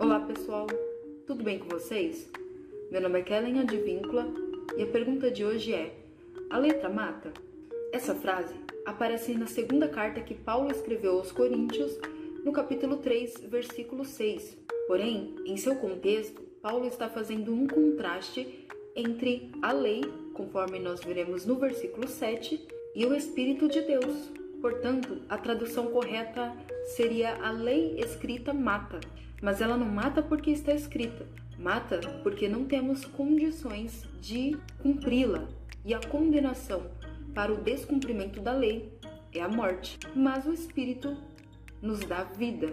Olá pessoal, tudo bem com vocês? Meu nome é Kellen Advíncula e a pergunta de hoje é: a letra mata? Essa frase aparece na segunda carta que Paulo escreveu aos Coríntios, no capítulo 3, versículo 6. Porém, em seu contexto, Paulo está fazendo um contraste entre a lei, conforme nós veremos no versículo 7, e o Espírito de Deus. Portanto, a tradução correta seria: a lei escrita mata, mas ela não mata porque está escrita, mata porque não temos condições de cumpri-la, e a condenação para o descumprimento da lei é a morte, mas o Espírito nos dá vida.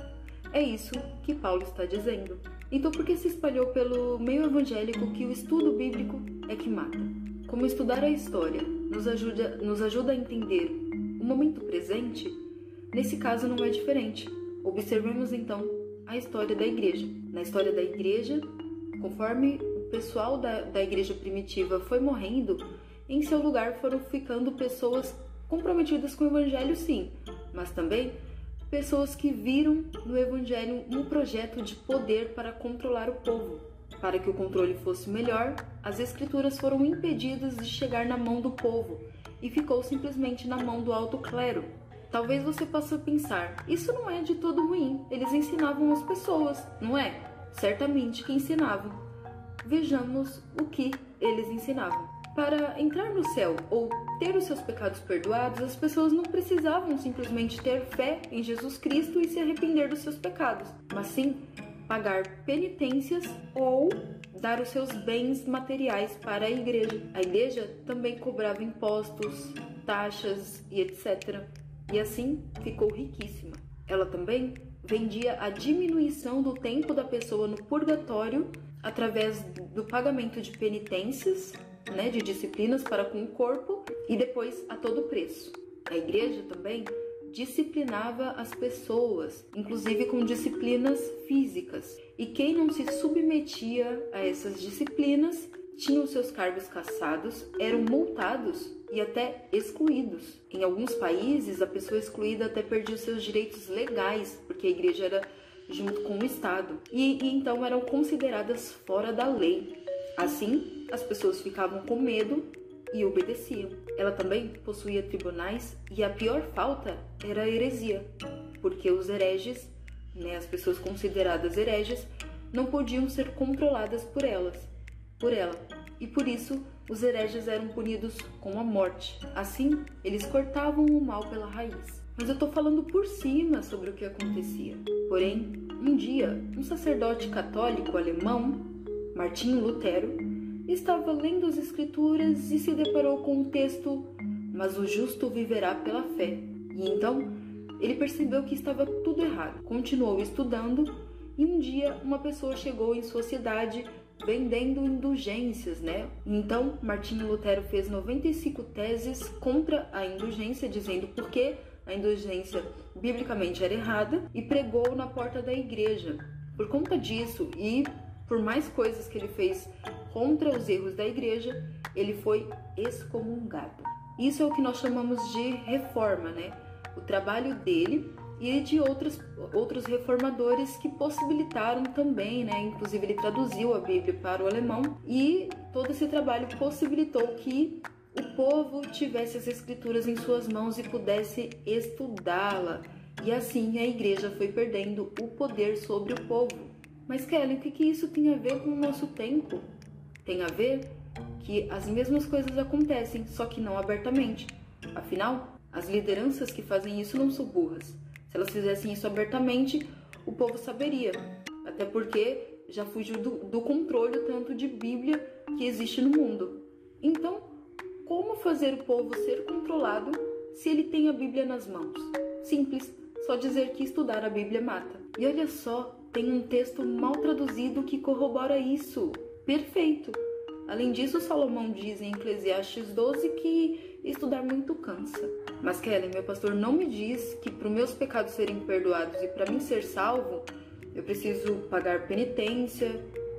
É isso que Paulo está dizendo. Então, por que se espalhou pelo meio evangélico que o estudo bíblico é que mata? Como estudar a história nos ajuda a entender o momento presente, nesse caso não é diferente. Observemos então a história da igreja. Na história da igreja, conforme o pessoal da igreja primitiva foi morrendo, em seu lugar foram ficando pessoas comprometidas com o evangelho, sim, mas também pessoas que viram no evangelho um projeto de poder para controlar o povo. Para que o controle fosse melhor, as escrituras foram impedidas de chegar na mão do povo e ficou simplesmente na mão do alto clero. Talvez você possa pensar, isso não é de todo ruim, eles ensinavam as pessoas, não é? Certamente que ensinavam. Vejamos o que eles ensinavam. Para entrar no céu ou ter os seus pecados perdoados, as pessoas não precisavam simplesmente ter fé em Jesus Cristo e se arrepender dos seus pecados, mas sim pagar penitências ou dar os seus bens materiais para a igreja. A igreja também cobrava impostos, taxas e etc. E assim ficou riquíssima. Ela também vendia a diminuição do tempo da pessoa no purgatório através do pagamento de penitências, de disciplinas para com o corpo, e depois a todo preço. A igreja também disciplinava as pessoas, inclusive com disciplinas físicas. E quem não se submetia a essas disciplinas tinha os seus cargos cassados, eram multados e até excluídos. Em alguns países, a pessoa excluída até perdia os seus direitos legais, porque a igreja era junto com o Estado, e então eram consideradas fora da lei. Assim, as pessoas ficavam com medo e obedeciam. Ela também possuía tribunais, e a pior falta era a heresia, porque os hereges, as pessoas consideradas hereges, não podiam ser controladas por ela. E por isso, os hereges eram punidos com a morte. Assim, eles cortavam o mal pela raiz. Mas eu tô falando por cima sobre o que acontecia. Porém, um dia, um sacerdote católico alemão, Martinho Lutero, estava lendo as escrituras e se deparou com o texto: mas o justo viverá pela fé. E então, ele percebeu que estava tudo errado. Continuou estudando e um dia uma pessoa chegou em sua cidade vendendo indulgências, Então, Martinho Lutero fez 95 teses contra a indulgência, dizendo por que a indulgência biblicamente era errada, e pregou na porta da igreja. Por conta disso e por mais coisas que ele fez contra os erros da igreja, ele foi excomungado. Isso é o que nós chamamos de reforma, O trabalho dele e de outros reformadores que possibilitaram também, Inclusive ele traduziu a Bíblia para o alemão, e todo esse trabalho possibilitou que o povo tivesse as escrituras em suas mãos e pudesse estudá-la. E assim a igreja foi perdendo o poder sobre o povo. Mas Kelly, o que isso tem a ver com o nosso tempo? Tem a ver que as mesmas coisas acontecem, só que não abertamente. Afinal, as lideranças que fazem isso não são burras. Se elas fizessem isso abertamente, o povo saberia. Até porque já fugiu do controle tanto de Bíblia que existe no mundo. Então, como fazer o povo ser controlado se ele tem a Bíblia nas mãos? Simples, só dizer que estudar a Bíblia mata. E olha só, tem um texto mal traduzido que corrobora isso. Perfeito! Além disso, Salomão diz em Eclesiastes 12 que estudar muito cansa. Mas Kelly, meu pastor não me diz que para os meus pecados serem perdoados e para mim ser salvo, eu preciso pagar penitência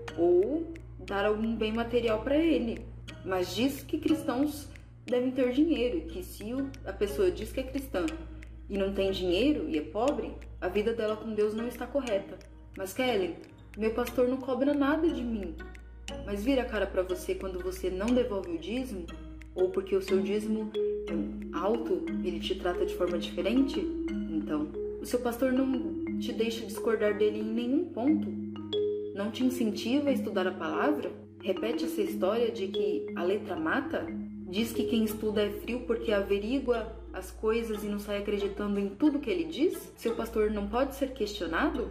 ou dar algum bem material para ele. Mas diz que cristãos devem ter dinheiro, e que se a pessoa diz que é cristã e não tem dinheiro e é pobre, a vida dela com Deus não está correta. Mas Kellen, meu pastor não cobra nada de mim. Mas vira a cara para você quando você não devolve o dízimo? Ou porque o seu dízimo é alto, ele te trata de forma diferente? Então, o seu pastor não te deixa discordar dele em nenhum ponto? Não te incentiva a estudar a palavra? Repete essa história de que a letra mata? Diz que quem estuda é frio porque averigua as coisas e não sai acreditando em tudo que ele diz? Seu pastor não pode ser questionado?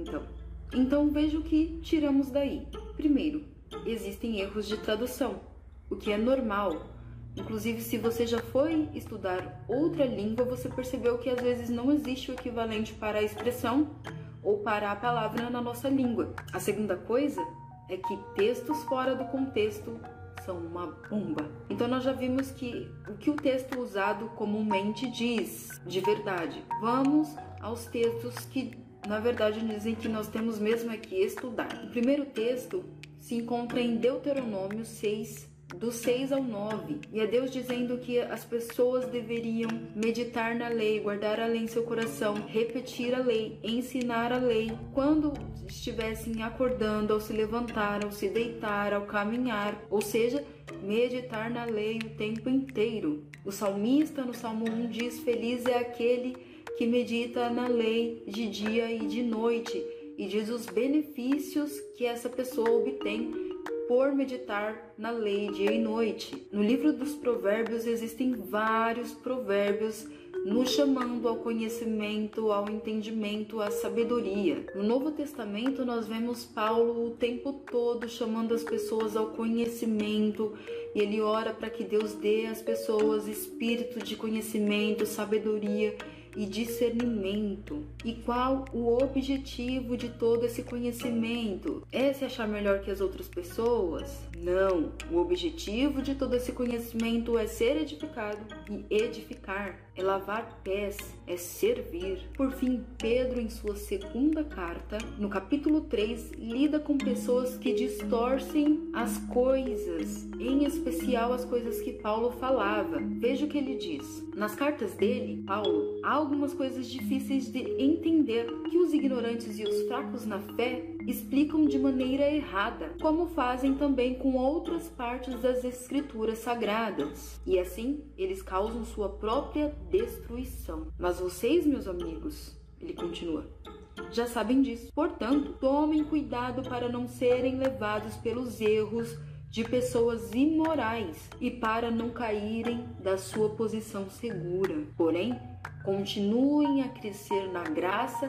Então veja o que tiramos daí. Primeiro, existem erros de tradução, o que é normal. Inclusive, se você já foi estudar outra língua, você percebeu que às vezes não existe o equivalente para a expressão ou para a palavra na nossa língua. A segunda coisa é que textos fora do contexto são uma bomba. Então nós já vimos que o que o texto usado comumente diz de verdade. Vamos aos textos que na verdade dizem que nós temos mesmo que estudar. O primeiro texto se encontra em Deuteronômio 6, do 6 ao 9, e é Deus dizendo que as pessoas deveriam meditar na lei, guardar a lei em seu coração, repetir a lei, ensinar a lei, quando estivessem acordando, ao se levantar, ao se deitar, ao caminhar, ou seja, meditar na lei o tempo inteiro. O salmista no Salmo 1 diz: feliz é aquele que medita na lei de dia e de noite, e diz os benefícios que essa pessoa obtém por meditar na lei dia e noite. No livro dos provérbios existem vários provérbios nos chamando ao conhecimento, ao entendimento, à sabedoria. No Novo Testamento nós vemos Paulo o tempo todo chamando as pessoas ao conhecimento, e ele ora para que Deus dê às pessoas espírito de conhecimento, sabedoria e discernimento. E qual o objetivo de todo esse conhecimento? É se achar melhor que as outras pessoas? Não. O objetivo de todo esse conhecimento é ser edificado e edificar, é lavar pés, é servir. Por fim, Pedro, em sua segunda carta, no capítulo 3, lida com pessoas que distorcem as coisas, em especial as coisas que Paulo falava. Veja o que ele diz. Nas cartas dele, Paulo, há algumas coisas difíceis de entender que os ignorantes e os fracos na fé explicam de maneira errada, como fazem também com outras partes das escrituras sagradas. E assim, eles causam sua própria destruição. Mas vocês, meus amigos, ele continua, já sabem disso. Portanto, tomem cuidado para não serem levados pelos erros de pessoas imorais e para não caírem da sua posição segura. Porém, continuem a crescer na graça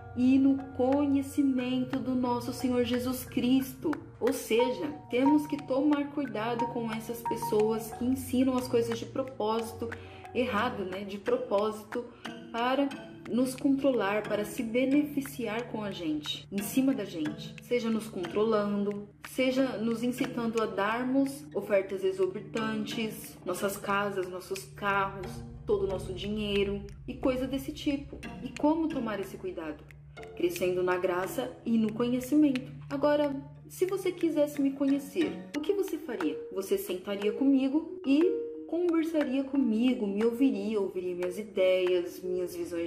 e no conhecimento do nosso Senhor Jesus Cristo. Ou seja, temos que tomar cuidado com essas pessoas que ensinam as coisas de propósito errado, de propósito, para nos controlar, para se beneficiar com a gente, em cima da gente, seja nos controlando, seja nos incitando a darmos ofertas exorbitantes, nossas casas, nossos carros, todo o nosso dinheiro e coisa desse tipo. E como tomar esse cuidado? Crescendo na graça e no conhecimento. Agora, se você quisesse me conhecer, o que você faria? Você sentaria comigo e conversaria comigo, me ouviria minhas ideias, minha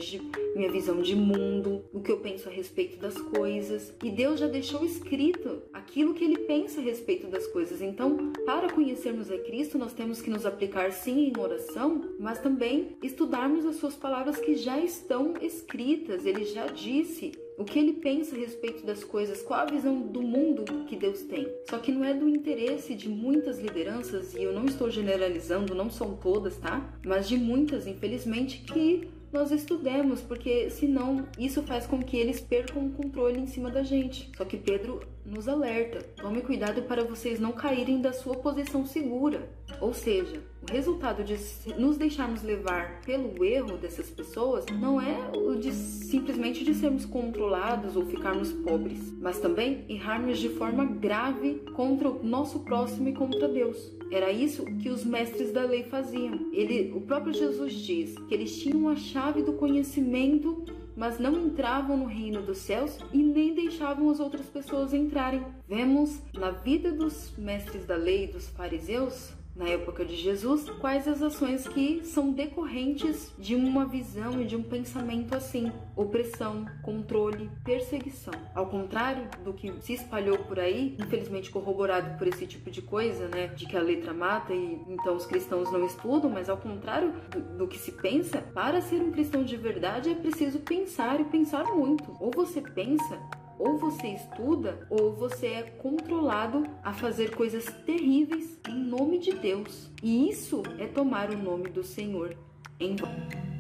visão de mundo, o que eu penso a respeito das coisas. E Deus já deixou escrito aquilo que Ele pensa a respeito das coisas. Então, para conhecermos a Cristo, nós temos que nos aplicar sim em oração, mas também estudarmos as suas palavras que já estão escritas. Ele já disse o que ele pensa a respeito das coisas, qual a visão do mundo que Deus tem. Só que não é do interesse de muitas lideranças, e eu não estou generalizando, não são todas, tá? Mas de muitas, infelizmente, que nós estudemos, porque senão isso faz com que eles percam o controle em cima da gente. Só que Pedro nos alerta: tome cuidado para vocês não caírem da sua posição segura. Ou seja, o resultado de nos deixarmos levar pelo erro dessas pessoas não é o de simplesmente de sermos controlados ou ficarmos pobres, mas também errarmos de forma grave contra o nosso próximo e contra Deus. Era isso que os mestres da lei faziam. O próprio Jesus diz que eles tinham a chave do conhecimento, mas não entravam no reino dos céus e nem deixavam as outras pessoas entrarem. Vemos na vida dos mestres da lei, dos fariseus, na época de Jesus, quais as ações que são decorrentes de uma visão e de um pensamento assim: opressão, controle, perseguição. Ao contrário do que se espalhou por aí, infelizmente corroborado por esse tipo de coisa, né, de que a letra mata e então os cristãos não estudam, mas ao contrário do que se pensa, para ser um cristão de verdade é preciso pensar e pensar muito. Ou você pensa, ou você estuda, ou você é controlado a fazer coisas terríveis em nome de Deus. E isso é tomar o nome do Senhor em vão.